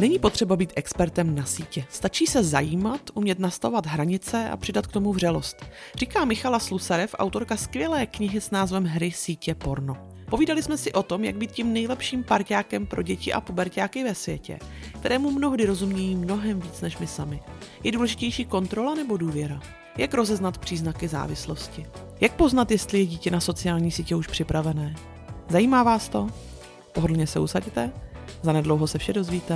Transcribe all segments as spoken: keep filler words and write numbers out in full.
Není potřeba být expertem na sítě. Stačí se zajímat, umět nastavovat hranice a přidat k tomu vřelost. Říká Michala Slusarev, autorka skvělé knihy s názvem Hry, sítě, porno. Povídali jsme si o tom, jak být tím nejlepším parťákem pro děti a puberťáky ve světě, kterému mnohdy rozumějí mnohem víc než my sami. Je důležitější kontrola nebo důvěra? Jak rozeznat příznaky závislosti? Jak poznat, jestli je dítě na sociální sítě už připravené? Zajímá vás to? Pohodlně se usaďte, zanedlouho se vše dozvíte.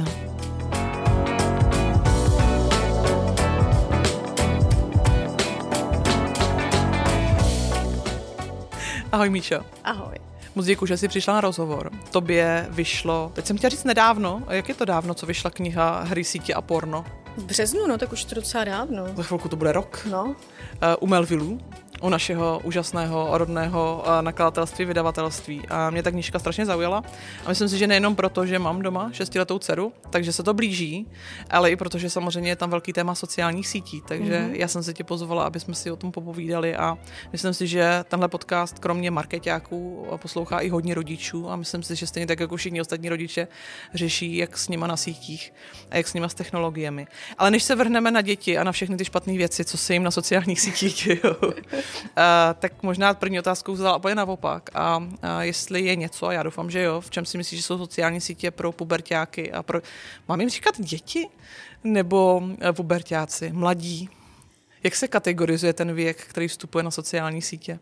Ahoj Míšo. Ahoj. Moc děkuji, že jsi přišla na rozhovor. Tobě vyšlo, teď jsem chtěla říct nedávno, a jak je to dávno, co vyšla kniha Hry, sítě a porno? V březnu, no tak už to docela dávno. Za chvilku to bude rok. No. Uh, u Melvillu, u našeho úžasného rodného nakladatelství, vydavatelství. A mě ta knížka strašně zaujala. A myslím si, že nejenom proto, že mám doma šestiletou dceru, takže se to blíží, ale i proto, že samozřejmě je tam velký téma sociálních sítí. Takže mm-hmm. já jsem se tě pozvala, aby jsme si o tom popovídali a myslím si, že tenhle podcast kromě markeťáků poslouchá i hodně rodičů a myslím si, že stejně tak jako všichni ostatní rodiče řeší, jak s nima na sítích a jak s nima s technologiemi. Ale než se vrhneme na děti a na všechny ty špatné věci, co se jim na sociálních sítích dějou, Uh, tak možná první otázku vzala úplně naopak. A uh, jestli je něco, a já doufám, že jo, v čem si myslíš, že jsou sociální sítě pro puberťáky a pro... Mám jim říkat děti? Nebo uh, puberťáci, mladí? Jak se kategorizuje ten věk, který vstupuje na sociální sítě?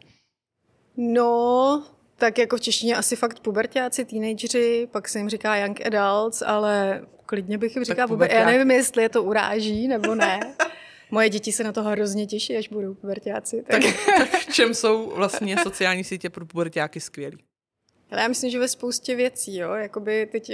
No, tak jako v češtině asi fakt puberťáci, teenageři, pak se jim říká young adults, ale klidně bych jim říkala puberťáci. Já nevím, jestli je to uráží, nebo ne. Moje děti se na to hrozně těší, až budou puberťáci. Tak. Tak, tak v čem jsou vlastně sociální sítě pro puberťáky skvělý? Ale já myslím, že ve spoustě věcí, jo, jakoby teď,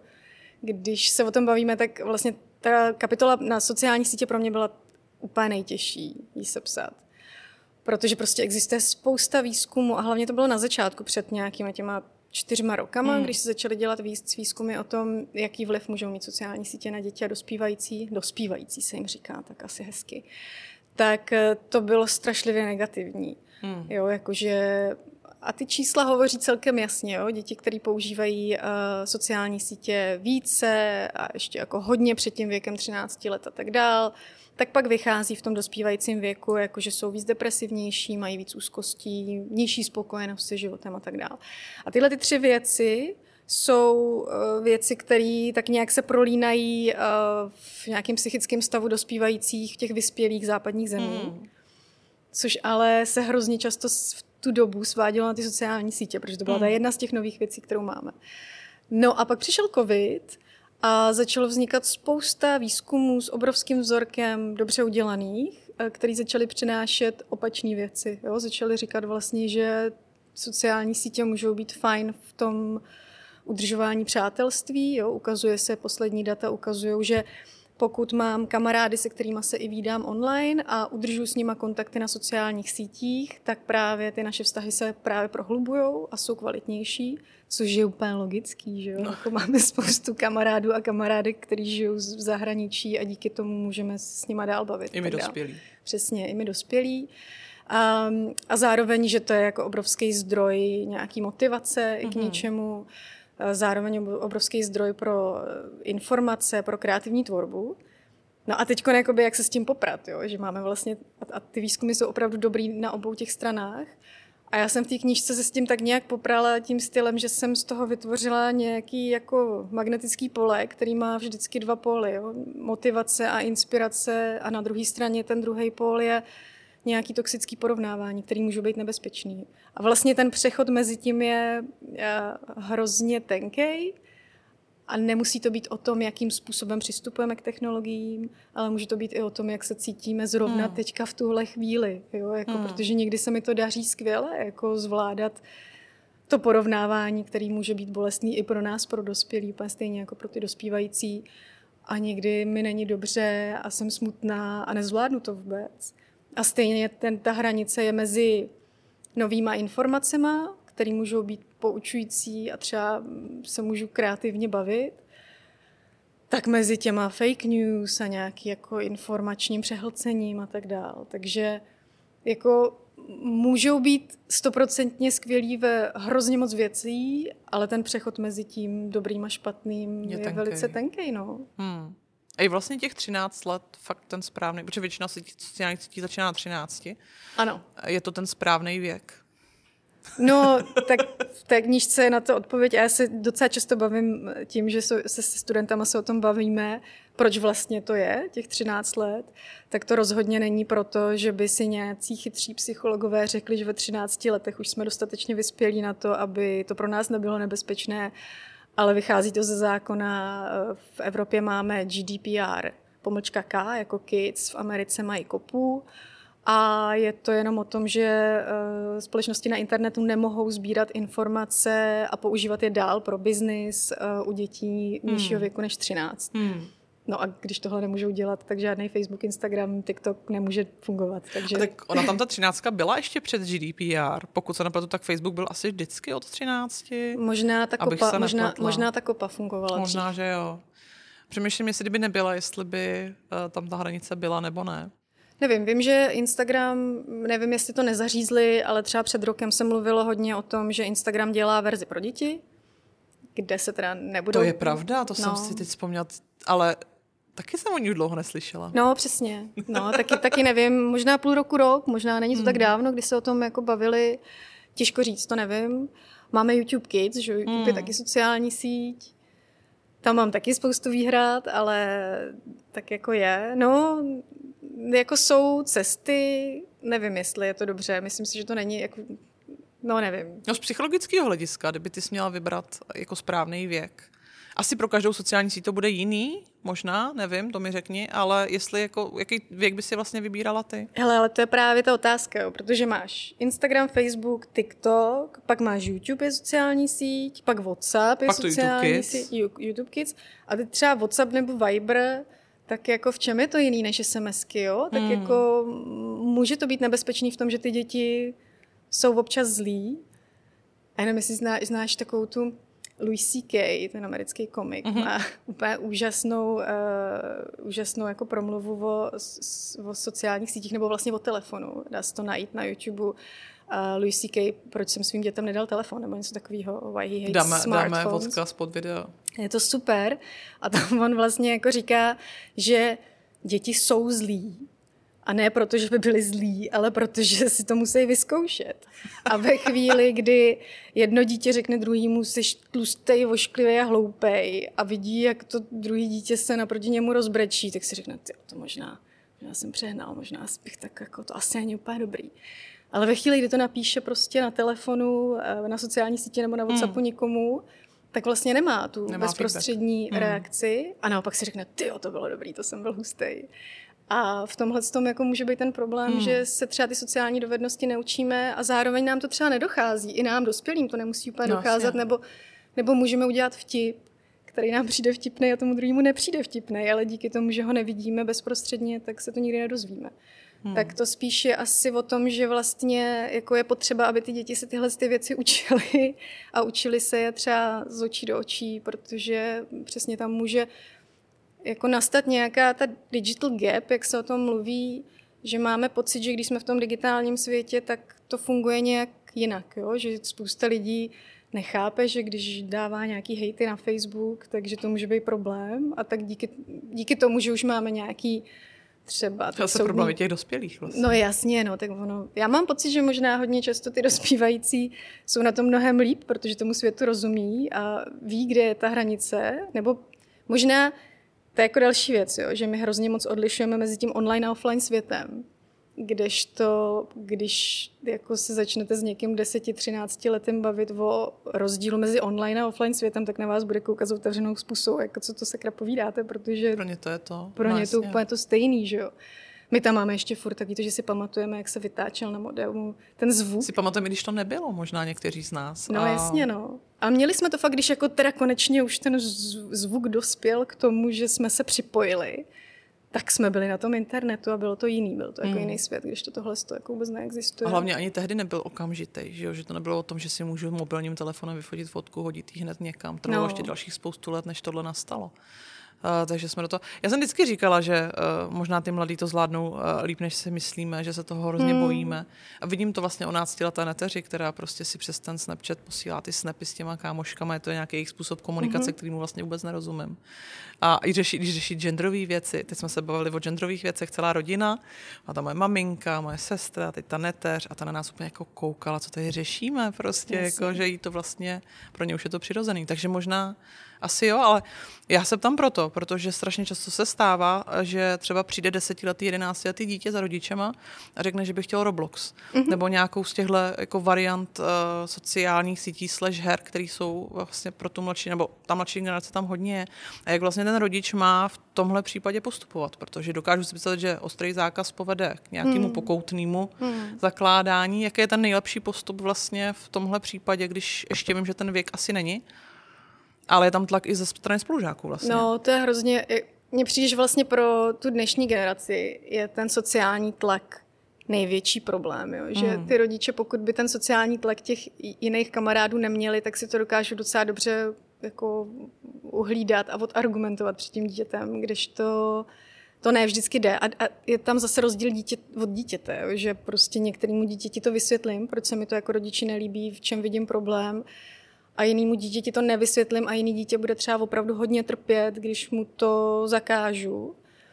když se o tom bavíme, tak vlastně ta kapitola na sociální sítě pro mě byla úplně nejtěžší jí sepsat. Protože prostě existuje spousta výzkumů a hlavně to bylo na začátku před nějakýma těma čtyřma rokama, hmm. když se začaly dělat výzkumy o tom, jaký vliv můžou mít sociální sítě na děti a dospívající, dospívající se jim říká, tak asi hezky, tak to bylo strašlivě negativní. Hmm. Jo, jakože, a ty čísla hovoří celkem jasně, jo, děti, které používají uh, sociální sítě více a ještě jako hodně před tím věkem třináct let a tak dál, tak pak vychází v tom dospívajícím věku, jakože jsou víc depresivnější, mají víc úzkostí, nižší spokojenost se životem a tak dále. A tyhle ty tři věci jsou uh, věci, které tak nějak se prolínají uh, v nějakém psychickém stavu dospívajících v těch vyspělých západních zemí, mm. což ale se hrozně často v tu dobu svádělo na ty sociální sítě, protože to byla mm. ta jedna z těch nových věcí, kterou máme. No a pak přišel covid a začalo vznikat spousta výzkumů s obrovským vzorkem dobře udělaných, který začaly přinášet opačné věci. Jo? Začaly říkat vlastně, že sociální sítě můžou být fajn v tom udržování přátelství. Jo? Ukazuje se, poslední data ukazují, že pokud mám kamarády, se kterými se i vídám online a udržuji s nima kontakty na sociálních sítích, tak právě ty naše vztahy se právě prohlubujou a jsou kvalitnější, což je úplně logický, že jo? No. Jako máme spoustu kamarádů a kamarádek, kteří žijou v zahraničí a díky tomu můžeme s nima dál bavit. I my dospělí. Přesně, i my dospělí. A, a zároveň, že to je jako obrovský zdroj nějaký motivace mm-hmm. k něčemu, zároveň obrovský zdroj pro informace, pro kreativní tvorbu. No a teď jak se s tím poprat, jo? Že máme vlastně, a ty výzkumy jsou opravdu dobrý na obou těch stranách. A já jsem v té knížce se s tím tak nějak poprala tím stylem, že jsem z toho vytvořila nějaký jako magnetický pole, který má vždycky dva póly. Jo? Motivace a inspirace a na druhé straně ten druhý pól je nějaký toxický porovnávání, který může být nebezpečný. A vlastně ten přechod mezi tím je hrozně tenkej a nemusí to být o tom, jakým způsobem přistupujeme k technologiím, ale může to být i o tom, jak se cítíme zrovna hmm. teďka v tuhle chvíli. Jo? Jako, hmm. Protože někdy se mi to daří skvěle jako zvládat to porovnávání, který může být bolestný i pro nás, pro dospělí, úplně stejně jako pro ty dospívající. A někdy mi není dobře a jsem smutná a nezvládnu to vůbec. A stejně ten, ta hranice je mezi novýma informacema, které můžou být poučující a třeba se můžu kreativně bavit, tak mezi těma fake news a nějaký jako informačním přehlcením a tak dál. Takže jako můžou být stoprocentně skvělí ve hrozně moc věcí, ale ten přechod mezi tím dobrým a špatným je, je velice tenkej, no. Hmm. A je vlastně těch třináct let fakt ten správný, protože většina sociálních sítí začíná na třinácti. Ano. Je to ten správný věk? No, tak v té knížce je na to odpověď a já se docela často bavím tím, že se se studentama se o tom bavíme, proč vlastně to je, těch třináct let, tak to rozhodně není proto, že by si nějací chytří psychologové řekli, že ve třinácti letech už jsme dostatečně vyspělí na to, aby to pro nás nebylo nebezpečné, ale vychází to ze zákona. V Evropě máme G D P R, pomlčka K, jako kids, v Americe mají kopu. A je to jenom o tom, že uh, společnosti na internetu nemohou sbírat informace a používat je dál pro biznis uh, u dětí nižšího věku než třináct. Hmm. No a když tohle nemůžou dělat, tak žádný Facebook, Instagram, TikTok nemůže fungovat. Takže... Tak ona tam ta třináctka byla ještě před G D P R. Pokud se nepletu, tak Facebook byl asi vždycky od třinácti. Možná ta kopa, možná, možná ta kopa fungovala. Možná, dřív. Že jo. Přemýšlím, jestli kdyby nebyla, jestli by uh, tam ta hranice byla nebo ne. Nevím, vím, že Instagram, nevím, jestli to nezařízli, ale třeba před rokem se mluvilo hodně o tom, že Instagram dělá verzi pro děti, kde se teda nebudou... To je pravda, to no. jsem si teď vzpomněla, ale taky jsem o ní dlouho neslyšela. No, přesně. No, taky, taky nevím, možná půl roku, rok, možná není to hmm. tak dávno, kdy se o tom jako bavili, těžko říct, to nevím. Máme YouTube Kids, že YouTube hmm. je taky sociální síť. Tam mám taky spoustu výhrad, ale tak jako je. No, jako jsou cesty, nevím, jestli je to dobře. Myslím si, že to není jako, no nevím. No z psychologického hlediska, kdyby ty jsi měla vybrat jako správný věk. Asi pro každou sociální síť to bude jiný, možná, nevím, to mi řekni, ale jestli jako, jaký věk by si vlastně vybírala ty? Hele, ale to je právě ta otázka, jo, protože máš Instagram, Facebook, TikTok, pak máš YouTube je sociální síť, pak WhatsApp je pak sociální síť, YouTube Kids, a teď třeba WhatsApp nebo Viber, tak jako v čem je to jiný než SMSky, jo? Tak hmm. jako může to být nebezpečný v tom, že ty děti jsou občas zlí. A jenom jestli zná, znáš takovou tu Louis C K, ten americký komik, mm-hmm. má úplně úžasnou, uh, úžasnou jako promluvu o, o sociálních sítích nebo vlastně o telefonu. Dá se to najít na YouTube. Uh, Louis C K, proč jsem svým dětem nedal telefon, nebo něco takového, why he hates dáme, smartphones. Dáme odkaz pod video. Je to super. A tam on vlastně jako říká, že děti jsou zlí. A ne proto, že by byli zlí, ale protože si to musí vyzkoušet. A ve chvíli, kdy jedno dítě řekne druhému, jsi tlustej, vošklivý a hloupej a vidí, jak to druhé dítě se naproti němu rozbrečí, tak si řekne, ty, to možná, možná jsem přehnal, možná bych tak jako, to asi není úplně dobrý. Ale ve chvíli, kdy to napíše prostě na telefonu, na sociální sítě nebo na WhatsAppu hmm. nikomu, tak vlastně nemá tu nemá bezprostřední feedback. reakci a naopak si řekne, tyjo, to bylo dobrý, to jsem byl hustej. A v tomhle tom jako může být ten problém, hmm. že se třeba ty sociální dovednosti neučíme a zároveň nám to třeba nedochází. I nám dospělým to nemusí úplně no, docházet, nebo, nebo můžeme udělat vtip, který nám přijde vtipný a tomu druhému nepřijde vtipný, ale díky tomu, že ho nevidíme bezprostředně, tak se to nikdy nedozvíme. Hmm. Tak to spíš je asi o tom, že vlastně jako je potřeba, aby ty děti se tyhle ty věci učily a učili se je třeba z očí do očí, protože přesně tam může jako nastat nějaká ta digital gap, jak se o tom mluví, že máme pocit, že když jsme v tom digitálním světě, tak to funguje nějak jinak, jo? Že spousta lidí nechápe, že když dává nějaký hejty na Facebook, takže to může být problém a tak díky, díky tomu, že už máme nějaký třeba... To jsou problémy těch dospělých vlastně. No jasně, no, tak ono... Já mám pocit, že možná hodně často ty dospívající jsou na tom mnohem líp, protože tomu světu rozumí a ví, kde je ta hranice, nebo možná to je jako další věc, jo, že my hrozně moc odlišujeme mezi tím online a offline světem. Kdežto, když jako se začnete s někým deset třináct letem bavit o rozdílu mezi online a offline světem, tak na vás bude koukat s otevřenou spusou, jako co to sakra povídáte, protože pro ně to je to. Pro no, ně to úplně to stejný, že jo. My tam máme ještě furt taky to, že si pamatujeme, jak se vytáčel na modemu ten zvuk. Si pamatujeme, když to nebylo, možná někteří z nás. No a... jasně, no. A měli jsme to fakt, když jako teda konečně už ten zvuk dospěl k tomu, že jsme se připojili, tak jsme byli na tom internetu a bylo to jiný, byl to jako mm. jiný svět, když to tohle to jako vůbec neexistuje. A hlavně ani tehdy nebyl okamžitý, že, jo? Že to nebylo o tom, že si můžu mobilním telefonem vyfotit fotku, hodit ji hned někam. Trvalo no. ještě dalších spoustu let, než tohle nastalo. Uh, takže jsme do toho... Já jsem vždycky říkala, že uh, možná ty mladí to zvládnou uh, líp, než si myslíme, že se toho hrozně hmm. bojíme. A vidím to vlastně o náctileté neteři, která prostě si přes ten Snapchat posílá ty snapy s těma kámoškama. Je to nějaký jejich způsob komunikace, hmm. kterýmu vlastně vůbec nerozumím. A i řešit, když řešit genderové věci, teď jsme se bavili o genderových věcech, celá rodina, a ta moje maminka, moje sestra, teď ta neteř, a ta na nás úplně jako koukala, co tady řešíme prostě, jako, že jí to vlastně, pro ně už je to přirozený. Takže možná asi jo, ale já se ptám proto, protože strašně často se stává, že třeba přijde desetiletý, jedenáctiletý dítě za rodičema a řekne, že by chtěl Roblox. Mm-hmm. Nebo nějakou z těchto jako variant uh, sociálních sítí slash her, které jsou vlastně pro tu mladší, nebo ta mladší generace tam hodně je. A jak vlastně ten rodič má v tomhle případě postupovat, protože dokážu si představit, že ostrý zákaz povede k nějakému mm. pokoutnému mm. zakládání. Jaký je ten nejlepší postup vlastně v tomhle případě, když ještě vím, že ten věk asi není? Ale je tam tlak i ze strany spolužáků vlastně. No, to je hrozně... Mně přijde, že vlastně pro tu dnešní generaci je ten sociální tlak největší problém. Jo? Že ty rodiče, pokud by ten sociální tlak těch jiných kamarádů neměli, tak si to dokážou docela dobře jako uhlídat a odargumentovat před tím dítětem, když to, to ne vždycky jde. A, a je tam zase rozdíl dítě od dítěte, jo? Že prostě některému dítěti to vysvětlím, proč se mi to jako rodiči nelíbí, v čem vidím problém, a jinému dítěti to nevysvětlím a jiný dítě bude třeba opravdu hodně trpět, když mu to zakážu.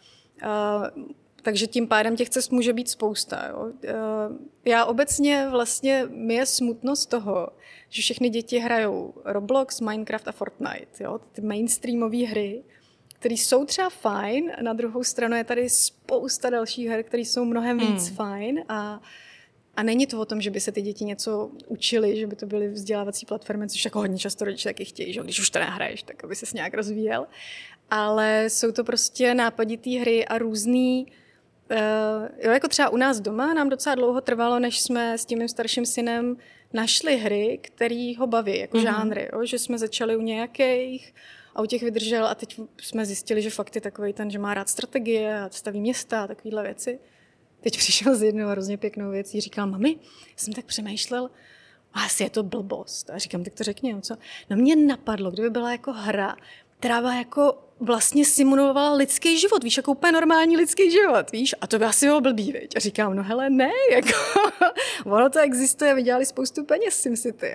Uh, takže tím pádem těch cest může být spousta. Jo. Uh, já obecně vlastně, mi je smutno z toho, že všechny děti hrajou Roblox, Minecraft a Fortnite. Jo. Ty mainstreamové hry, které jsou třeba fajn, na druhou stranu je tady spousta dalších her, které jsou mnohem víc hmm. fajn a A není to o tom, že by se ty děti něco učily, že by to byly vzdělávací platformy, což jako hodně často rodiče taky chtějí, že když už to nehraješ, tak aby ses nějak rozvíjel. Ale jsou to prostě nápaditý hry a různý, uh, jo, jako třeba u nás doma nám docela dlouho trvalo, než jsme s tím mým starším synem našli hry, který ho baví, jako mm-hmm. žánry, jo, že jsme začali u nějakých a u těch vydržel a teď jsme zjistili, že fakt je takovej ten, že má rád strategie a staví města a takovýhle věci. Teď přišel s jednou hrozně pěknou věcí, říkal, mami, jsem tak přemýšlel, asi je to blbost. A říkám, tak to řekni, co? No mě napadlo, kdyby byla jako hra, která by jako vlastně simulovala lidský život, víš, jako úplně normální lidský život, víš? A to by asi bylo blbý, viď? A říkám, no hele, ne, jako, ono to existuje, vydělali spoustu peněz SimCity.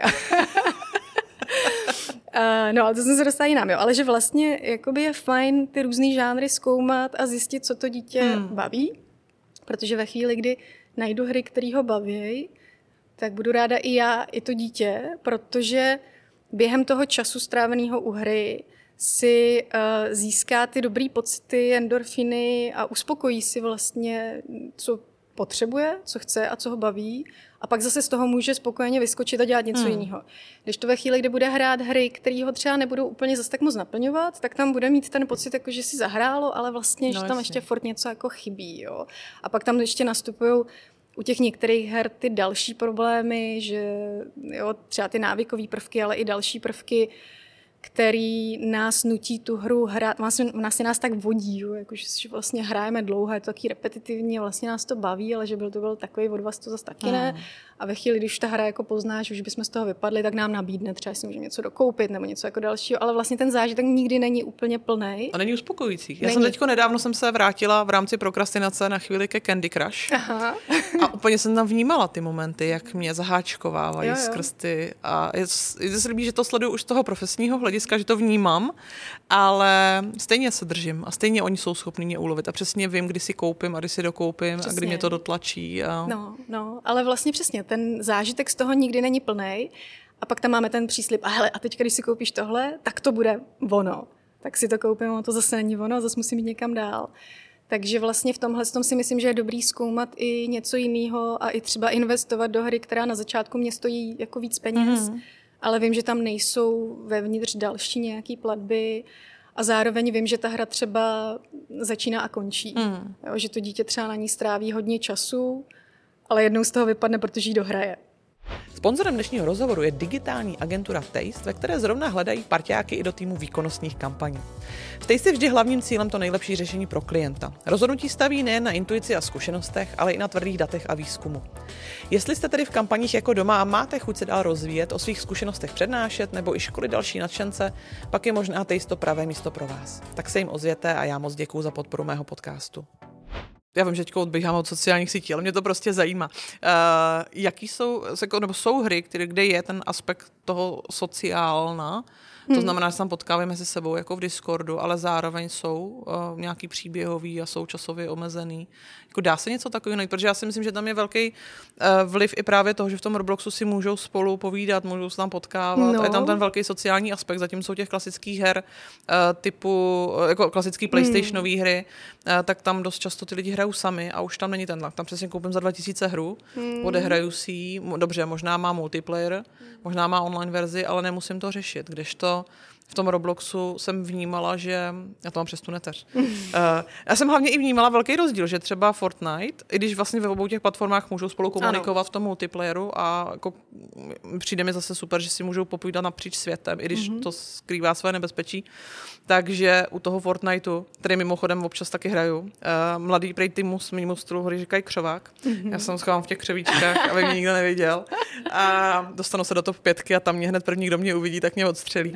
Uh, no, ale to jsem se dostala jinam, jo. Ale že vlastně jakoby je fajn ty různý žánry zkoumat a zjistit, co to dítě hmm. baví. Protože ve chvíli, kdy najdu hry, které ho baví, tak budu ráda i já, i to dítě, protože během toho času stráveného u hry si uh, získá ty dobrý pocity, endorfiny a uspokojí si vlastně, co potřebuje, co chce a co ho baví. A pak zase z toho může spokojeně vyskočit a dělat něco hmm. jiného. Když to ve chvíli, kdy bude hrát hry, které ho třeba nebudou úplně zase tak moc naplňovat, tak tam bude mít ten pocit, jako, že si zahrálo, ale vlastně, no, že tam ještě furt něco jako chybí. Jo. A pak tam ještě nastupují u těch některých her ty další problémy, že jo, třeba ty návykové prvky, ale i další prvky, který nás nutí tu hru hrát, vlastně, vlastně nás tak vodí, jo, jako, že vlastně hrajeme dlouho, je to taky repetitivní, vlastně nás to baví, ale že byl to byl takový odvaz, to zase taky ne. A ve chvíli, když ta hra jako poznáš, už bychom z toho vypadli, tak nám nabídne, třeba si můžeme něco dokoupit nebo něco jako dalšího, ale vlastně ten zážitek nikdy není úplně plný. A není uspokojující. Já není. jsem teďko nedávno jsem se vrátila v rámci prokrastinace na chvíli ke Candy Crush. Aha. A úplně jsem tam vnímala ty momenty, jak mě zaháčkovávají jo, jo. skrz ty. A je, je se líbí, že to sleduju už z toho profesního hlediska, že to vnímám, ale stejně se držím a stejně oni jsou schopní mě ulovit a přesně vím, kdy si koupím a kdy si dokoupím přesně. a kdy mě to dotlačí. A... No, no, ale vlastně přesně ten zážitek z toho nikdy není plnej a pak tam máme ten příslib a hele, a teď, když si koupíš tohle, tak to bude ono. Tak si to koupím, a to zase není ono, zase musím jít někam dál. Takže vlastně v tomhle tom si myslím, že je dobrý zkoumat i něco jiného a i třeba investovat do hry, která na začátku mě stojí jako víc peněz, mm-hmm. ale vím, že tam nejsou vevnitř další nějaký platby a zároveň vím, že ta hra třeba začíná a končí. Mm. Jo, že to dítě třeba na ní stráví hodně času, ale jednou z toho vypadne, protože jí dohraje. Sponzorem dnešního rozhovoru je digitální agentura Taste, ve které zrovna hledají parťáky i do týmu výkonnostních kampaní. V Taste je vždy hlavním cílem to nejlepší řešení pro klienta. Rozhodnutí staví nejen na intuici a zkušenostech, ale i na tvrdých datech a výzkumu. Jestli jste tedy v kampaních jako doma a máte chuť se dál rozvíjet, o svých zkušenostech přednášet nebo i školit další nadšence, pak je možná Taste to pravé místo pro vás. Tak se jim ozvěte a já moc děkuju za podporu mého podcastu. Já vím, že teďko odbíhám od sociálních sítí, ale mě to prostě zajímá. Uh, jaký jsou, nebo jsou hry, které, kde je ten aspekt toho sociálna, to znamená, že se tam potkáváme mezi sebou jako v Discordu, ale zároveň jsou uh, nějaký příběhový a jsou časově omezený. Jako dá se něco takového najít, protože já si myslím, že tam je velký uh, vliv i právě toho, že v tom Robloxu si můžou spolu povídat, můžou se tam potkávat. No. A je tam ten velký sociální aspekt, zatímco těch klasických her uh, typu, uh, jako klasický PlayStationové hmm. hry, uh, tak tam dost často ty lidi hrajou sami a už tam není ten tlak. Tam přesně koupím za dva tisíce hru, hmm. odehraju si ji, dobře, možná má multiplayer, hmm. možná má online verzi, ale nemusím to řešit, kdežto v tom Robloxu jsem vnímala, že... Já to mám přes tu neteř. uh, já jsem hlavně i vnímala velký rozdíl, že třeba Fortnite, i když vlastně ve obou těch platformách můžou spolu komunikovat ano. v tom multiplayeru a jako, přijde mi zase super, že si můžou popovídat napříč světem, i když mm-hmm. to skrývá své nebezpečí. Takže u toho Fortniteu, který mimochodem občas taky hraju, uh, mladý prej týmu s mým stylu hry říkají křovák. Mm-hmm. Já jsem schovám v těch křovíčkách, aby mě nikdo neviděl. A dostanu se do top pětky a tam mě hned první, kdo mě uvidí, tak mě odstřelí.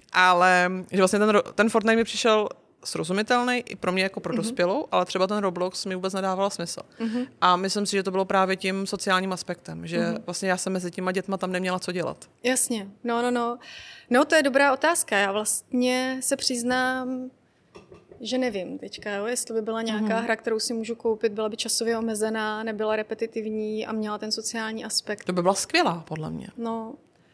Ale že vlastně ten, ten Fortnite mi přišel srozumitelný i pro mě jako pro mm-hmm. dospělou, ale třeba ten Roblox mi vůbec nedával smysl. Mm-hmm. A myslím si, že to bylo právě tím sociálním aspektem, že mm-hmm. vlastně já jsem mezi těma dětma tam neměla co dělat. Jasně, no, no, no. No, to je dobrá otázka. Já vlastně se přiznám, že nevím teďka, jo, jestli by byla nějaká mm-hmm. hra, kterou si můžu koupit, byla by časově omezená, nebyla repetitivní a měla ten sociální aspekt. To by byla skvělá, podle mě. No,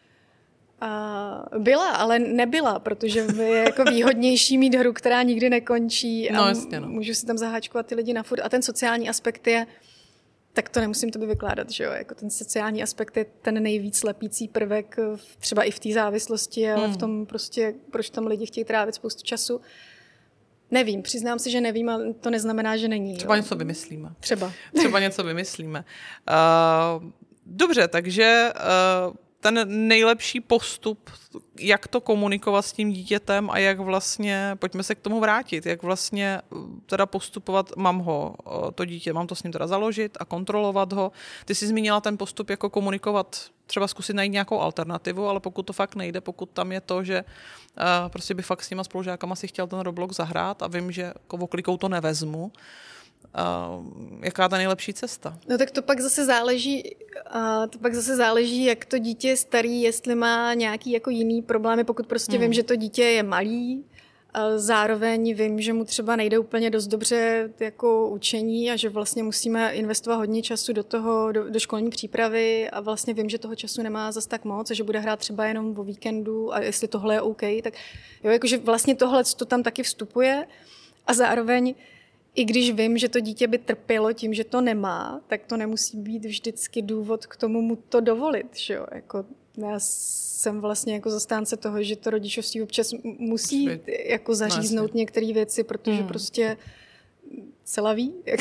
Uh, byla, ale nebyla, protože je jako výhodnější mít hru, která nikdy nekončí a no, jasně, no. můžu si tam zaháčkovat ty lidi na furt. A ten sociální aspekt je, tak to nemusím tobě vykládat, že jo, jako ten sociální aspekt je ten nejvíc lepící prvek, třeba i v té závislosti, ale mm. v tom prostě, proč tam lidi chtějí trávit spoustu času. Nevím, přiznám si, že nevím, ale to neznamená, že není. Třeba jo. něco vymyslíme. Třeba. Třeba něco vymyslíme. Uh, dobře, takže... Uh, ten nejlepší postup, jak to komunikovat s tím dítětem a jak vlastně, pojďme se k tomu vrátit, jak vlastně teda postupovat, mám ho, to dítě, mám to s ním teda založit a kontrolovat ho. Ty jsi zmínila ten postup, jako komunikovat, třeba zkusit najít nějakou alternativu, ale pokud to fakt nejde, pokud tam je to, že uh, prostě by fakt s těma spolužákama si chtěl ten Roblox zahrát a vím, že jako oklikou to nevezmu, Uh, jaká ta nejlepší cesta? No tak to pak zase záleží, uh, to pak zase záleží, jak to dítě je starý, jestli má nějaký jako jiný problémy, pokud prostě hmm. vím, že to dítě je malý, uh, zároveň vím, že mu třeba nejde úplně dost dobře jako učení a že vlastně musíme investovat hodně času do toho, do, do školní přípravy a vlastně vím, že toho času nemá zas tak moc a že bude hrát třeba jenom o víkendu a jestli tohle je OK, tak jo, jakože vlastně tohle to tam taky vstupuje a zároveň i když vím, že to dítě by trpělo tím, že to nemá, tak to nemusí být vždycky důvod k tomu mu to dovolit. Že jo? Jako, já jsem vlastně jako zastánce toho, že to rodičovství občas musí jako zaříznout no, některé věci, protože hmm. prostě se laví. Jako.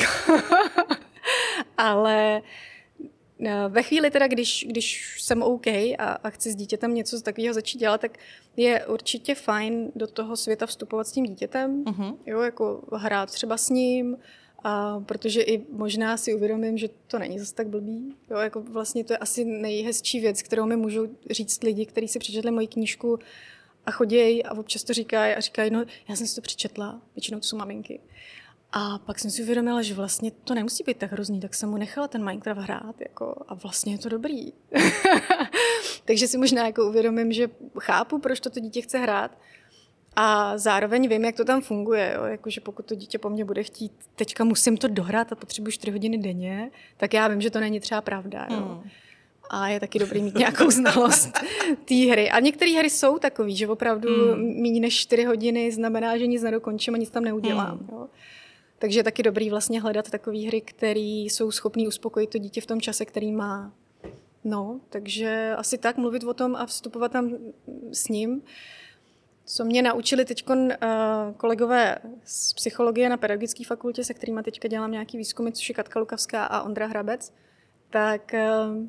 Ale ve chvíli teda, když, když jsem OK a, a chci s dítětem něco takového začít dělat, tak je určitě fajn do toho světa vstupovat s tím dítětem, uh-huh. jo, jako hrát třeba s ním, a protože i možná si uvědomím, že to není zase tak blbý. Jo, jako vlastně to je asi nejhezčí věc, kterou mi můžou říct lidi, kteří si přečetli moji knížku a chodějí a občas to říkají a říkají, no já jsem si to přečetla, většinou to jsou maminky. A pak jsem si uvědomila, že vlastně to nemusí být tak hrozný, tak jsem mu nechala ten Minecraft hrát jako, a vlastně je to dobrý. Takže si možná jako uvědomím, že chápu, proč to, to dítě chce hrát a zároveň vím, jak to tam funguje. Jo? Jako, že pokud to dítě po mně bude chtít, teďka musím to dohrát a potřebuji čtyři hodiny denně, tak já vím, že to není třeba pravda. Jo? Hmm. A je taky dobrý mít nějakou znalost té hry. A některé hry jsou takový, že opravdu hmm. méně než čtyři hodiny znamená, že nic nedokončím a nic tam neudělám. Hmm. Jo? Takže je taky dobrý vlastně hledat takové hry, které jsou schopné uspokojit to dítě v tom čase, který má. No, takže asi tak mluvit o tom a vstupovat tam s ním. Co mě naučili teď uh, kolegové z psychologie na pedagogické fakultě, se kterými teďka dělám nějaký výzkumy, což je Katka Lukavská a Ondra Hrabec, tak uh,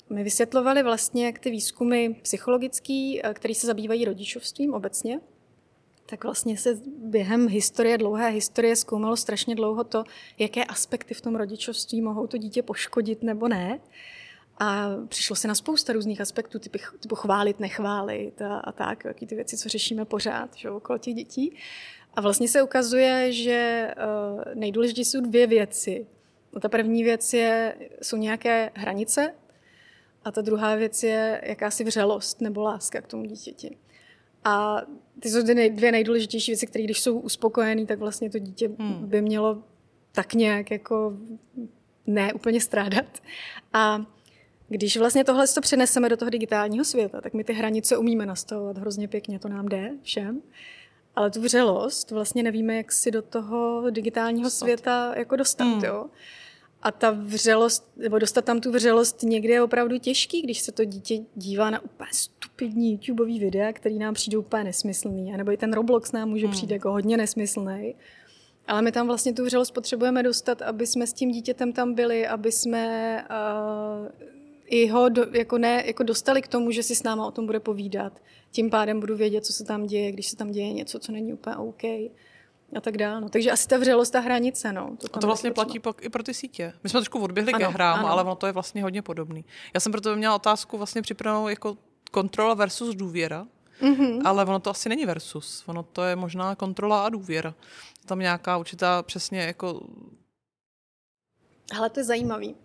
my vysvětlovali vlastně, jak ty výzkumy psychologický, který se zabývají rodičovstvím obecně, tak vlastně se během historie, dlouhé historie zkoumalo strašně dlouho to, jaké aspekty v tom rodičovství mohou to dítě poškodit nebo ne. A přišlo se na spousta různých aspektů, typu, typu chválit, nechválit a, a tak, jaký ty věci, co řešíme pořád, že, okolo těch dětí. A vlastně se ukazuje, že uh, nejdůležitější jsou dvě věci. No, ta první věc je, jsou nějaké hranice a ta druhá věc je jakási vřelost nebo láska k tomu dítěti. A ty jsou ty dvě nejdůležitější věci, které když jsou uspokojený, tak vlastně to dítě hmm. by mělo tak nějak jako ne úplně strádat. A když vlastně tohle to přeneseme do toho digitálního světa, tak my ty hranice umíme nastavovat hrozně pěkně, to nám jde všem. Ale tu vřelost vlastně nevíme, jak si do toho digitálního světa jako dostat. Hmm. Jo? A ta vřelost, nebo dostat tam tu vřelost někdy je opravdu těžký, když se to dítě dívá na úplně stupidní YouTubeový videa, který nám přijde úplně nesmyslný. A nebo i ten Roblox nám může přijít hmm. jako hodně nesmyslný. Ale my tam vlastně tu vřelost potřebujeme dostat, aby jsme s tím dítětem tam byli, aby jsme uh, i ho do, jako ne, jako dostali k tomu, že si s náma o tom bude povídat. Tím pádem budu vědět, co se tam děje, když se tam děje něco, co není úplně OK. A tak dál. No. Takže asi ta vřelost, ta hranice. No. To a to vlastně platí pak i pro ty sítě. My jsme trošku odběhli ano, ke hrám, ano. ale ono to je vlastně hodně podobný. Já jsem proto měla otázku vlastně připravenou jako kontrola versus důvěra, mm-hmm. ale ono to asi není versus. Ono to je možná kontrola a důvěra. Tam nějaká určitá přesně jako... Hele, to je zajímavý.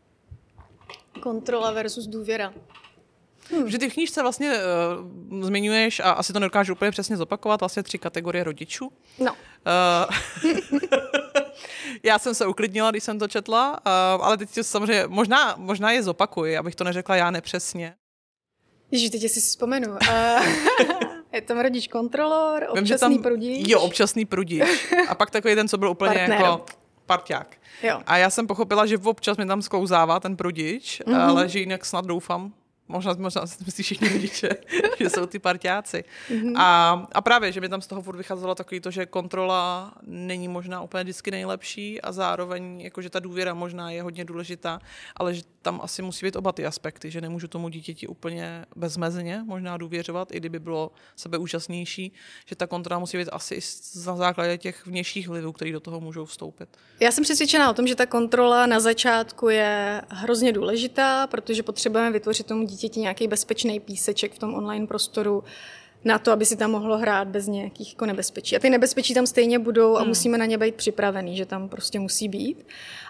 Kontrola versus důvěra. Hmm. Že ty v knížce vlastně uh, zmiňuješ, a asi to nedokážu úplně přesně zopakovat, vlastně tři kategorie rodičů. No. Uh, já jsem se uklidnila, když jsem to četla, uh, ale teď samozřejmě, možná, možná je zopakuji, abych to neřekla já nepřesně. Ježiš, teď si vzpomenu. Uh, je tam rodič kontrolor, občasný Vím, tam, prudič. Jo, občasný prudič. A pak takový ten, co byl úplně Partner. jako parťák. Jo. A já jsem pochopila, že občas mi tam sklouzává ten prudič, mm-hmm. ale že jinak snad doufám, Možná, možná si myslí všichni rodiče, že jsou ty parťáci. Mm-hmm. A, a právě, že mi tam z toho furt vycházelo takový to, že kontrola není možná úplně vždycky nejlepší a zároveň, jakože ta důvěra možná je hodně důležitá, ale že tam asi musí být oba ty aspekty, že nemůžu tomu dítěti úplně bezmezně možná důvěřovat, i kdyby bylo sebeúčastnější, že ta kontrola musí být asi i na základě těch vnějších vlivů, které do toho můžou vstoupit. Já jsem přesvědčená o tom, že ta kontrola na začátku je hrozně důležitá, protože potřebujeme vytvořit tomu dítěti nějaký bezpečný píseček v tom online prostoru na to, aby si tam mohlo hrát bez nějakých jako nebezpečí. A ty nebezpečí tam stejně budou a hmm. musíme na ně být připravený, že tam prostě musí být.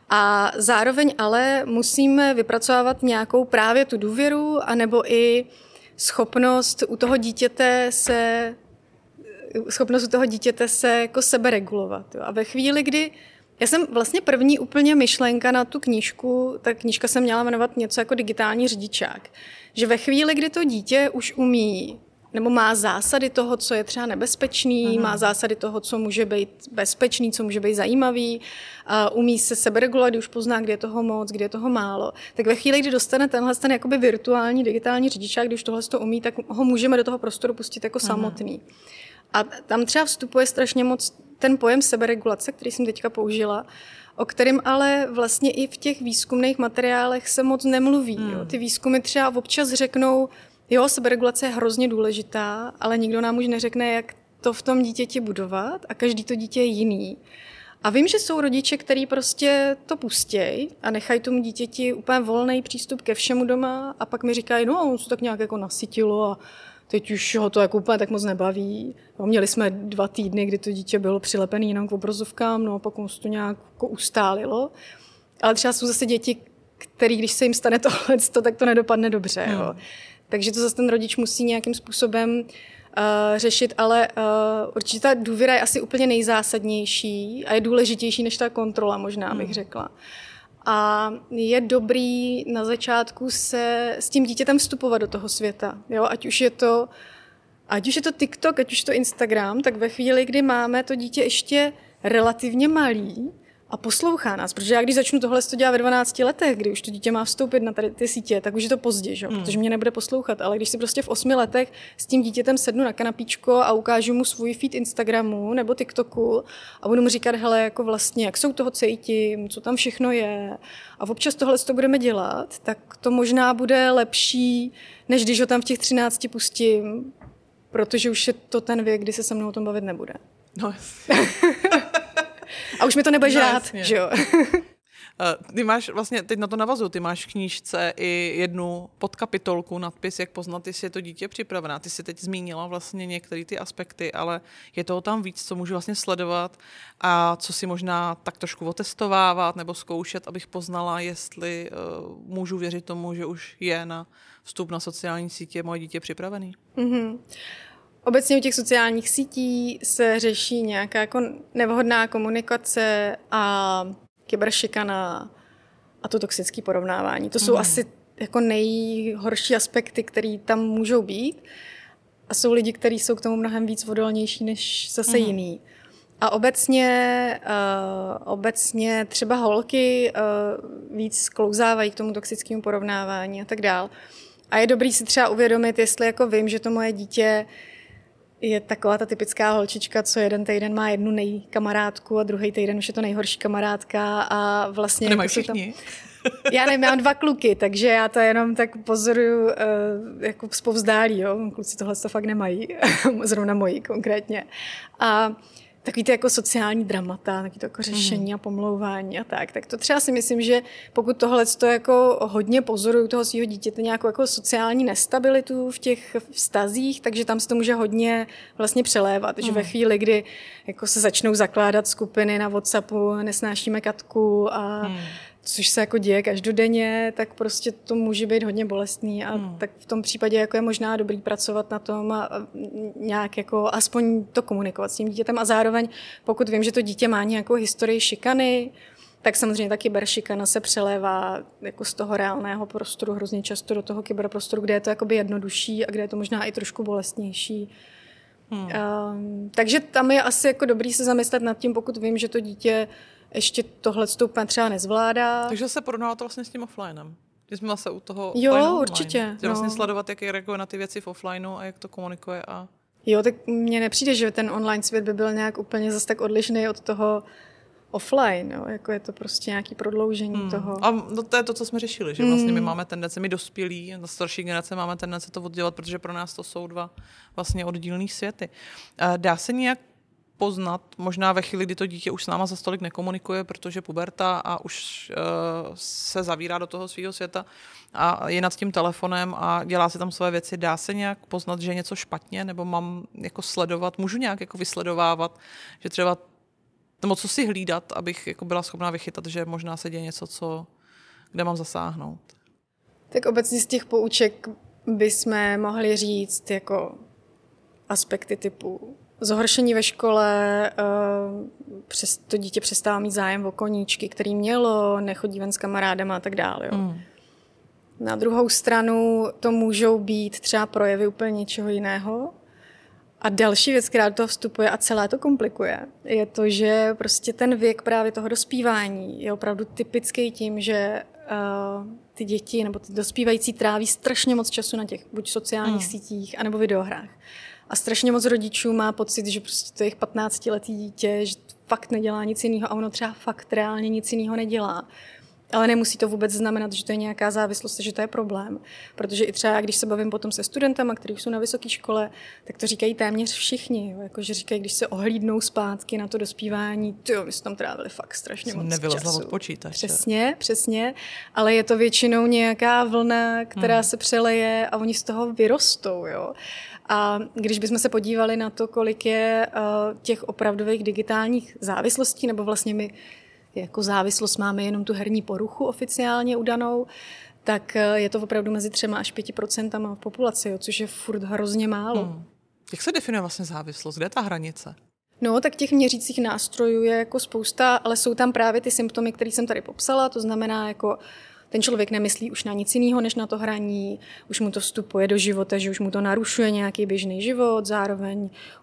A zároveň ale musíme vypracovávat nějakou právě tu důvěru anebo i schopnost u toho dítěte se schopnost u toho dítěte se jako seberegulovat. Jo. A ve chvíli, kdy já jsem vlastně první úplně myšlenka na tu knížku, ta knížka se měla jmenovat něco jako digitální řidičák. Že ve chvíli, kdy to dítě už umí, nebo má zásady toho, co je třeba nebezpečný, Aha. má zásady toho, co může být bezpečný, co může být zajímavý, a umí se seberegulovat, kdy už pozná, kde je toho moc, kde je toho málo, tak ve chvíli, kdy dostane tenhle ten jakoby virtuální digitální řidičák, když tohle to umí, tak ho můžeme do toho prostoru pustit jako Aha. samotný. A tam třeba vstupuje strašně moc ten pojem seberegulace, který jsem teďka použila, o kterém ale vlastně i v těch výzkumných materiálech se moc nemluví. Hmm. Jo. Ty výzkumy třeba občas řeknou, jo, seberegulace je hrozně důležitá, ale nikdo nám už neřekne, jak to v tom dítěti budovat a každý to dítě je jiný. A vím, že jsou rodiče, kteří prostě to pustějí a nechají tomu dítěti úplně volný přístup ke všemu doma a pak mi říkají, no on se tak nějak jako nasytilo a teď už ho to jako úplně tak moc nebaví. No, měli jsme dva týdny, kdy to dítě bylo přilepené jenom k obrazovkám, no a pak on se to nějak jako ustálilo. Ale třeba jsou zase děti, který, když se jim stane tohle, tak to nedopadne dobře. Hmm. Jo. Takže to zase ten rodič musí nějakým způsobem uh, řešit, ale uh, určitě ta důvěra je asi úplně nejzásadnější a je důležitější než ta kontrola, možná bych hmm. řekla. A je dobrý na začátku se s tím dítětem vstupovat do toho světa. Jo? Ať už je to, ať už je to TikTok, ať už je to Instagram, tak ve chvíli, kdy máme to dítě ještě relativně malý, a poslouchá nás, protože já když začnu tohle to dělat ve dvanácti letech, kdy už to dítě má vstoupit na tady ty sítě, tak už je to pozdě, že? Hmm. Protože mě nebude poslouchat, ale když si prostě v osmi letech s tím dítětem sednu na kanapíčko a ukážu mu svůj feed Instagramu nebo TikToku a budu mu říkat, hele, jako vlastně, jak se u toho cítím, co tam všechno je a občas tohle to budeme dělat, tak to možná bude lepší, než když ho tam v těch třinácti pustím, protože už je to ten věk, kdy se se mnou o tom bavit nebude. No. A už mi to nebude no, žrát, že jo? Ty máš vlastně, teď na to navazuju, ty máš v knížce i jednu podkapitolku, nadpis, jak poznat, jestli je to dítě připravená. Ty jsi teď zmínila vlastně některé ty aspekty, ale je toho tam víc, co můžu vlastně sledovat a co si možná tak trošku otestovávat nebo zkoušet, abych poznala, jestli uh, můžu věřit tomu, že už je na vstup na sociální sítě moje dítě připravený. Mm-hmm. Obecně u těch sociálních sítí se řeší nějaká jako nevhodná komunikace a kyberšikana a to toxické porovnávání. To jsou mm. asi jako nejhorší aspekty, které tam můžou být. A jsou lidi, kteří jsou k tomu mnohem víc odolnější než zase mm. jiný. A obecně, uh, obecně třeba holky uh, víc sklouzávají k tomu toxickému porovnávání a tak dál. A je dobrý si třeba uvědomit, jestli jako vím, že to moje dítě je taková ta typická holčička, co jeden týden má jednu nejkamarádku a druhý týden už je to nejhorší kamarádka a vlastně... Nemají všichni. Tam... Já nevím, mám dva kluky, takže já to jenom tak pozoruju uh, jako zpovzdálí, jo. Kluci tohle to fakt nemají, zrovna moji konkrétně. A takový ty jako sociální dramata, takový to jako řešení mm. a pomlouvání a tak. Tak to třeba si myslím, že pokud tohle to jako hodně pozoruju toho svého dítěte, nějakou jako sociální nestabilitu v těch vztazích, takže tam se to může hodně vlastně přelévat. Mm. Že ve chvíli, kdy jako se začnou zakládat skupiny na WhatsAppu, nesnášíme Katku a mm. což se jako děje každodenně, tak prostě to může být hodně bolestný a hmm. tak v tom případě jako je možná dobrý pracovat na tom a nějak jako aspoň to komunikovat s tím dítětem a zároveň pokud vím, že to dítě má nějakou historii šikany, tak samozřejmě ta kyberšikana se přelévá jako z toho reálného prostoru hrozně často do toho kyberprostoru, kde je to jakoby jednodušší a kde je to možná i trošku bolestnější. Hmm. Um, takže tam je asi jako dobrý se zamyslet nad tím, pokud vím, že to dítě ještě tohle úplně třeba nezvládá. Takže se porovnává to vlastně s tím offlinem. Když jsme zase u toho jo, offline, určitě. Že vlastně no. sledovat, jak reaguje na ty věci v offlineu a jak to komunikuje. A... Jo, tak mně nepřijde, že ten online svět by byl nějak úplně zase tak odlišný od toho offline. Jo? Jako je to prostě nějaký prodloužení hmm. toho. A no, to je to, co jsme řešili, že vlastně my máme tendence, my dospělí, na starší generace máme tendence to oddělat, protože pro nás to jsou dva vlastně oddílný světy. Dá se nějak poznat, možná ve chvíli, kdy to dítě už s náma za stolik nekomunikuje, protože puberta a už uh, se zavírá do toho svého světa a je nad tím telefonem a dělá si tam své věci, dá se nějak poznat, že je něco špatně, nebo mám jako sledovat, můžu nějak jako vysledovávat, že třeba, nebo co si hlídat, abych jako byla schopná vychytat, že možná se děje něco, co, kde mám zasáhnout. Tak obecně z těch pouček bychom mohli říct jako aspekty typu zhoršení ve škole, přes to dítě přestává mít zájem o koníčky, který mělo, nechodí ven s kamarádama a tak dále. Jo. Mm. Na druhou stranu to můžou být třeba projevy úplně něčeho jiného. A další věc, která do toho vstupuje a celé to komplikuje, je to, že prostě ten věk právě toho dospívání je opravdu typický tím, že uh, ty děti nebo ty dospívající tráví strašně moc času na těch buď sociálních mm. sítích, anebo videohrách. A strašně moc rodičů má pocit, že prostě to je jich patnáctiletý dítě, že fakt nedělá nic jiného a ono třeba fakt reálně nic jiného nedělá. Ale nemusí to vůbec znamenat, že to je nějaká závislost, že to je problém. Protože i třeba, když se bavím potom se studentama, kteří jsou na vysoké škole, tak to říkají téměř všichni. Jo? Jakože říkají, když se ohlídnou zpátky na to dospívání, tyjo, my jsme tam trávili fakt strašně moc nevylezla času. Od počítače. Přesně, přesně. Ale je to většinou nějaká vlna, která hmm. se přeleje a oni z toho vyrostou. Jo? A když bychom se podívali na to, kolik je uh, těch opravdových digitálních závislostí, nebo vlastně my jako závislost máme jenom tu herní poruchu oficiálně udanou, tak je to opravdu mezi třema až pěti procentama v populaci, jo, což je furt hrozně málo. Hmm. Jak se definuje vlastně závislost? Kde je ta hranice? No, tak těch měřících nástrojů je jako spousta, ale jsou tam právě ty symptomy, které jsem tady popsala, to znamená jako ten člověk nemyslí už na nic jiného, než na to hraní, už mu to vstupuje do života, že už mu to narušuje nějaký běžný život, zároveň už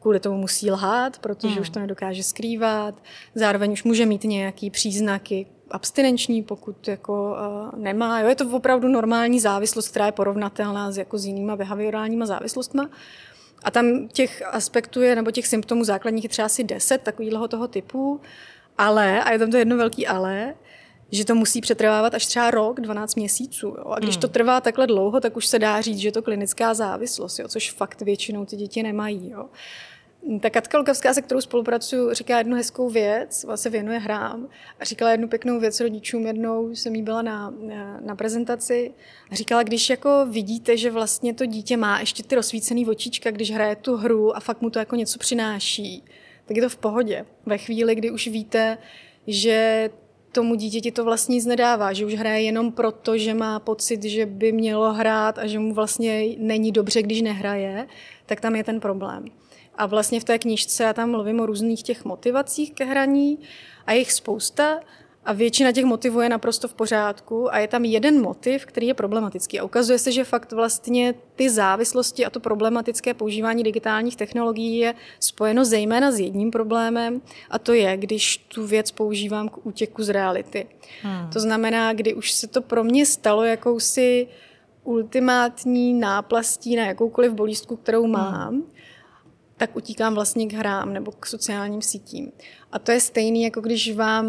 kvůli tomu musí lhát, protože hmm. už to nedokáže skrývat. Zároveň už může mít nějaký příznaky abstinenční, pokud jako uh, nemá. Jo, je to opravdu normální závislost, která je porovnatelná s, jako s jinýma behaviorálníma závislostma. A tam těch aspektů je, nebo těch symptomů základních je třeba asi deset takovýhleho toho typu, ale, a je tam to jedno velký ale, že to musí přetrvávat až třeba rok, dvanáct měsíců. Jo. A když hmm. to trvá takhle dlouho, tak už se dá říct, že je to klinická závislost, jo, což fakt většinou ty děti nemají. Jo. Ta Katka Lukavská, se kterou spolupracuju, říká jednu hezkou věc, se věnuje hrám a říkala jednu pěknou věc rodičům. Jednou jsem jí byla na, na, na prezentaci a říkala, když jako vidíte, že vlastně to dítě má ještě ty rozsvícený očička, když hraje tu hru a fakt mu to jako něco přináší, tak je to v pohodě. Ve chvíli, kdy už víte, že tomu dítěti to vlastně nic nedává, že už hraje jenom proto, že má pocit, že by mělo hrát a že mu vlastně není dobře, když nehraje, tak tam je ten problém. A vlastně v té knížce já tam mluvím o různých těch motivacích ke hraní a je jich spousta a většina těch motivů je naprosto v pořádku a je tam jeden motiv, který je problematický. A ukazuje se, že fakt vlastně ty závislosti a to problematické používání digitálních technologií je spojeno zejména s jedním problémem a to je, když tu věc používám k útěku z reality. Hmm. To znamená, kdy už se to pro mě stalo jakousi ultimátní náplastí na jakoukoliv bolístku, kterou mám, hmm. tak utíkám vlastně k hrám nebo k sociálním sítím. A to je stejný, jako když vám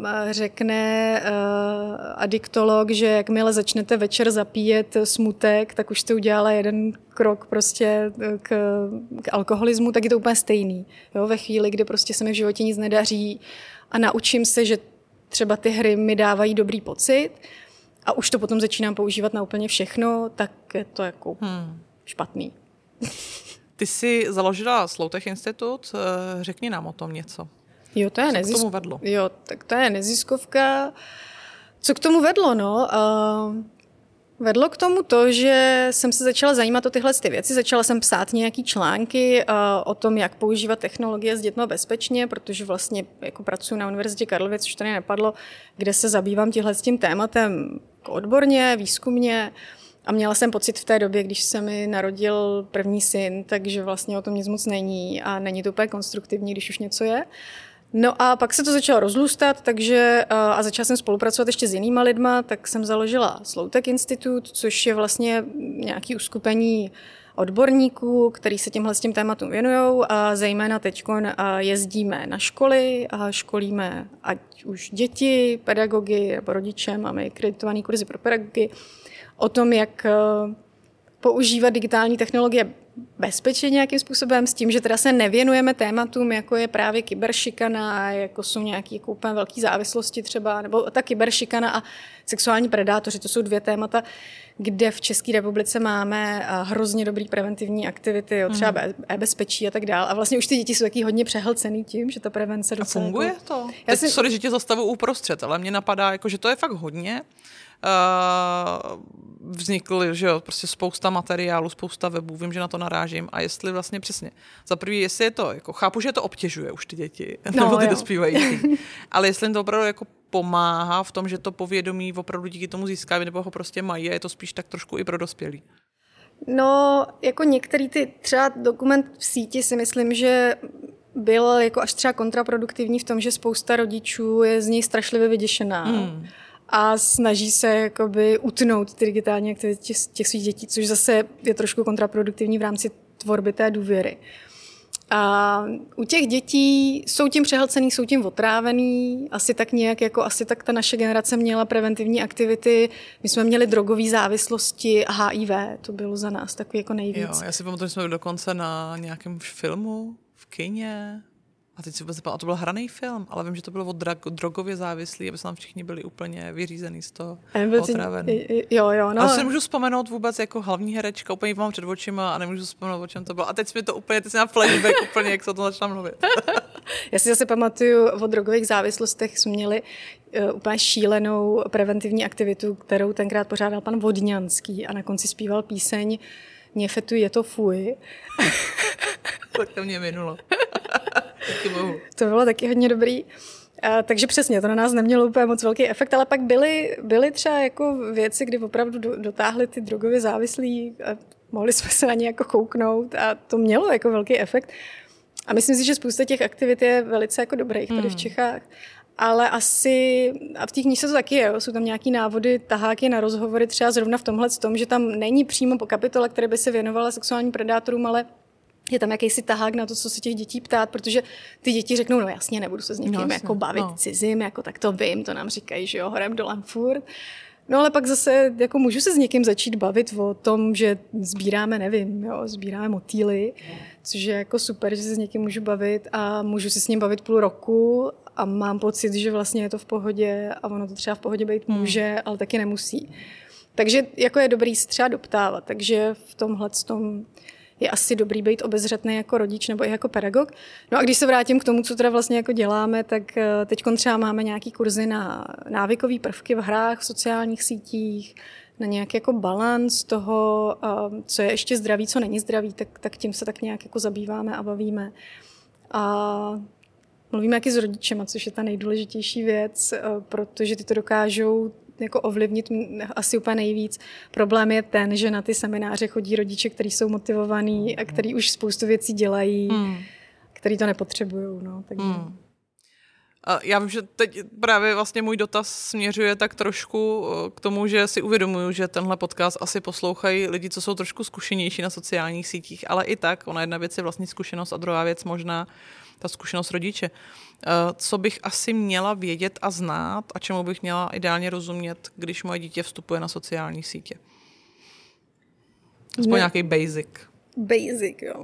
řekne uh, adiktolog, že jakmile začnete večer zapíjet smutek, tak už jste udělala jeden krok prostě k, k alkoholismu, tak je to úplně stejný. Jo? Ve chvíli, kdy prostě se mi v životě nic nedaří a naučím se, že třeba ty hry mi dávají dobrý pocit a už to potom začínám používat na úplně všechno, tak je to jako hmm. špatný. Ty jsi založila Sloutech institut, řekni nám o tom něco. Jo, to je Co nezisk... k tomu vedlo? Jo, tak to je neziskovka. Co k tomu vedlo, no? Uh, vedlo k tomu to, že jsem se začala zajímat o tyhle ty věci. Začala jsem psát nějaký články uh, o tom, jak používat technologie s dětmi bezpečně, protože vlastně jako pracuji na Univerzitě Karlovy, což tady nepadlo, kde se zabývám tímhle s tím tématem odborně, výzkumně. A měla jsem pocit v té době, když se mi narodil první syn, takže vlastně o tom nic moc není a není to úplně konstruktivní, když už něco je. No a pak se to začalo rozlůstat, takže a začala jsem spolupracovat ještě s jinýma lidma, tak jsem založila Sloutek institut, což je vlastně nějaké uskupení odborníků, který se těmhle s tím tématům věnujou a zejména teď jezdíme na školy a školíme ať už děti, pedagogy nebo rodiče, máme kreditovaný kurzy pro pedagogy, o tom, jak používat digitální technologie bezpečně nějakým způsobem, s tím, že teda se nevěnujeme tématům, jako je právě kyberšikana, jako jsou nějaké jako úplně velké závislosti třeba, nebo ta kyberšikana a sexuální predátoři, to jsou dvě témata, kde v České republice máme hrozně dobrý preventivní aktivity, jo, třeba mm. e-bezpečí a tak dále. A vlastně už ty děti jsou taky hodně přehlcený tím, že ta prevence docela... A funguje to? Teď, si... Sorry, že tě zastavu uprostřed, ale mně napadá, jako, že to je fakt hodně. Uh, vznikl, že jo, prostě spousta materiálů, spousta webů, vím, že na to narážím a jestli vlastně přesně, za prvý, jestli je to, jako chápu, že to obtěžuje už ty děti, no, nebo ty dospívající, ale jestli jim to opravdu jako pomáhá v tom, že to povědomí opravdu díky tomu získávají, nebo ho prostě mají a je to spíš tak trošku i pro dospělí. No, jako některý ty, třeba dokument v síti si myslím, že byl jako až třeba kontraproduktivní v tom, že spousta rodičů je z něj strašlivě vyděšená. Hmm. A snaží se jakoby utnout ty digitální aktivity těch, těch svých dětí, což zase je trošku kontraproduktivní v rámci tvorby té důvěry. A u těch dětí jsou tím přehlcený, jsou tím otrávený, asi tak nějak, jako asi tak ta naše generace měla preventivní aktivity. My jsme měli drogové závislosti a H I V, to bylo za nás takový jako nejvíc. Jo, já si pamatuju, že jsme byli dokonce na nějakém filmu v kině. A teď si vůbec nepamatuji, a to byl hraný film, ale vím, že to bylo od drag, drogově závislý, aby se tam všichni byli úplně vyřízený z toho, otrávený. Jo, jo, no. Ale si nemůžu vzpomenout vůbec jako hlavní herečka, úplně mám před očima a nemůžu vzpomenout, o čem to bylo. A teď mi to úplně, teď si na flashback úplně, jak se o tom začala mluvit. Já si zase pamatuju, o drogových závislostech jsme měli uh, úplně šílenou preventivní aktivitu, kterou tenkrát pořádal pan Vodňanský a na konci zpíval píseň Mě fetuj, je to fuj. Tak to mě minulo. To bylo taky hodně dobrý. A, takže přesně, to na nás nemělo úplně moc velký efekt, ale pak byly, byly třeba jako věci, kdy opravdu do, dotáhli ty drogově závislí a mohli jsme se na ně jako kouknout a to mělo jako velký efekt. A myslím si, že spousta těch aktivit je velice jako dobrých tady hmm. v Čechách. Ale asi, a v té knižce to taky je, jo, jsou tam nějaký návody, taháky na rozhovory, třeba zrovna v tomhle tom, že tam není přímo po kapitole, které by se věnovala sexuálním predátorům, ale je tam jakýsi tahák na to, co se těch dětí ptát, protože ty děti řeknou, no jasně, nebudu se s někým no, jako bavit no. cizím, jako tak to vím, to nám říkají, že jo, horem dolem furt. No ale pak zase jako můžu se s někým začít bavit o tom, že sbíráme, nevím, jo, sbíráme motýly, což je jako super, že se s někým můžu bavit a můžu se s ním bavit půl roku a mám pocit, že vlastně je to v pohodě a ono to třeba v pohodě být může, hmm. ale taky nemusí. Takže jako je dobrý se třeba doptávat, takže v tomhle tom je asi dobrý být obezřetný jako rodič nebo i jako pedagog. No a když se vrátím k tomu, co teda vlastně jako děláme, tak teď třeba máme nějaký kurzy na návykové prvky v hrách, v sociálních sítích, na nějaký jako balans toho, co je ještě zdravý, co není zdravý, tak, tak tím se tak nějak jako zabýváme a bavíme. A mluvíme taky s rodičema, což je ta nejdůležitější věc, protože ty to dokážou jako ovlivnit asi úplně nejvíc. Problém je ten, že na ty semináře chodí rodiče, kteří jsou motivovaní a kteří už spoustu věcí dělají, hmm. kteří to nepotřebují. No, takže... hmm. Já vím, že teď právě vlastně můj dotaz směřuje tak trošku k tomu, že si uvědomuju, že tenhle podcast asi poslouchají lidi, co jsou trošku zkušenější na sociálních sítích, ale i tak, ona jedna věc je vlastní zkušenost a druhá věc možná ta zkušenost rodiče. Co bych asi měla vědět a znát a čemu bych měla ideálně rozumět, když moje dítě vstupuje na sociální sítě? Aspoň ne. nějaký basic. Basic, jo.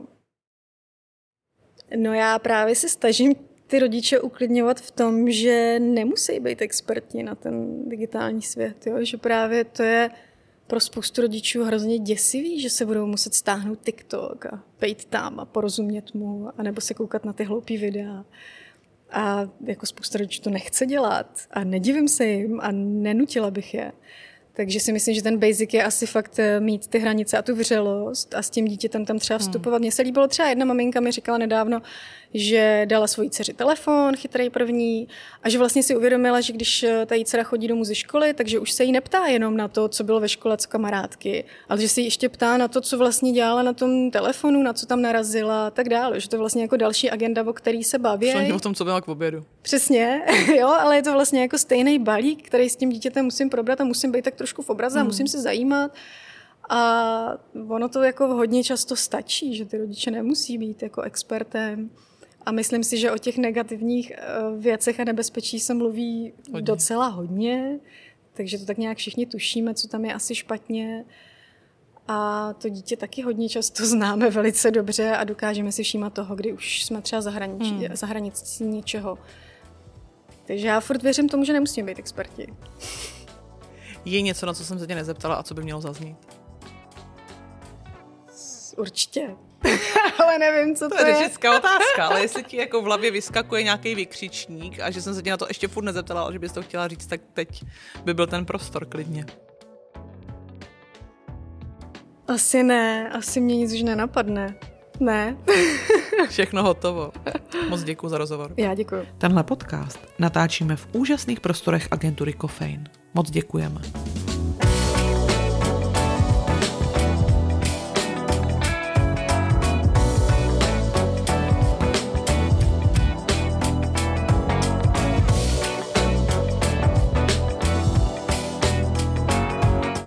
No já právě se snažím ty rodiče uklidňovat v tom, že nemusí být experti na ten digitální svět, jo? Že právě to je pro spoustu rodičů hrozně děsivý, že se budou muset stáhnout TikTok a být tam a porozumět mu, anebo se koukat na ty hloupý videa. A jako spousta rodičů to nechce dělat a nedivím se jim a nenutila bych je. Takže si myslím, že ten basic je asi fakt mít ty hranice a tu vřelost a s tím dítětem tam třeba vstupovat. Mně se líbilo třeba jedna maminka mi říkala nedávno, že dala svojí dceři telefon, chytrý první, a že vlastně si uvědomila, že když ta její dcera chodí domů ze školy, takže už se jí neptá jenom na to, co bylo ve škole, co kamarádky, ale že se jí ještě ptá na to, co vlastně dělala na tom telefonu, na co tam narazila a tak dále. Že to je vlastně jako další agenda, o který se baví. O tom, co byla k obědu. Přesně, jo, ale je to vlastně jako stejný balík, který s tím dítětem musím probrat a musím být tak trošku v obraze a hmm. musím se zajímat. A ono to jako hodně často stačí, že ty rodiče nemusí být jako expertem. A myslím si, že o těch negativních věcech a nebezpečí se mluví hodně. docela hodně, takže to tak nějak všichni tušíme, co tam je asi špatně. A to dítě taky hodně často známe velice dobře a dokážeme si všímat toho, kdy už jsme třeba za, hranič, hmm. za hranicí něčeho. Takže já furt věřím tomu, že nemusíme být experti. Je něco, na co jsem se tě nezeptala a co by mělo zaznít? Určitě. Ale nevím, co to, to je. To je řečnická otázka, ale jestli ti jako v hlavě vyskakuje nějaký vykřičník a že jsem se tě na to ještě furt nezeptala, ale že bys to chtěla říct, tak teď by byl ten prostor klidně. Asi ne, asi mě nic už nenapadne. Ne. Všechno hotovo. Moc děkuji za rozhovor. Já děkuji. Tenhle podcast natáčíme v úžasných prostorech agentury Kofein. Moc děkujeme.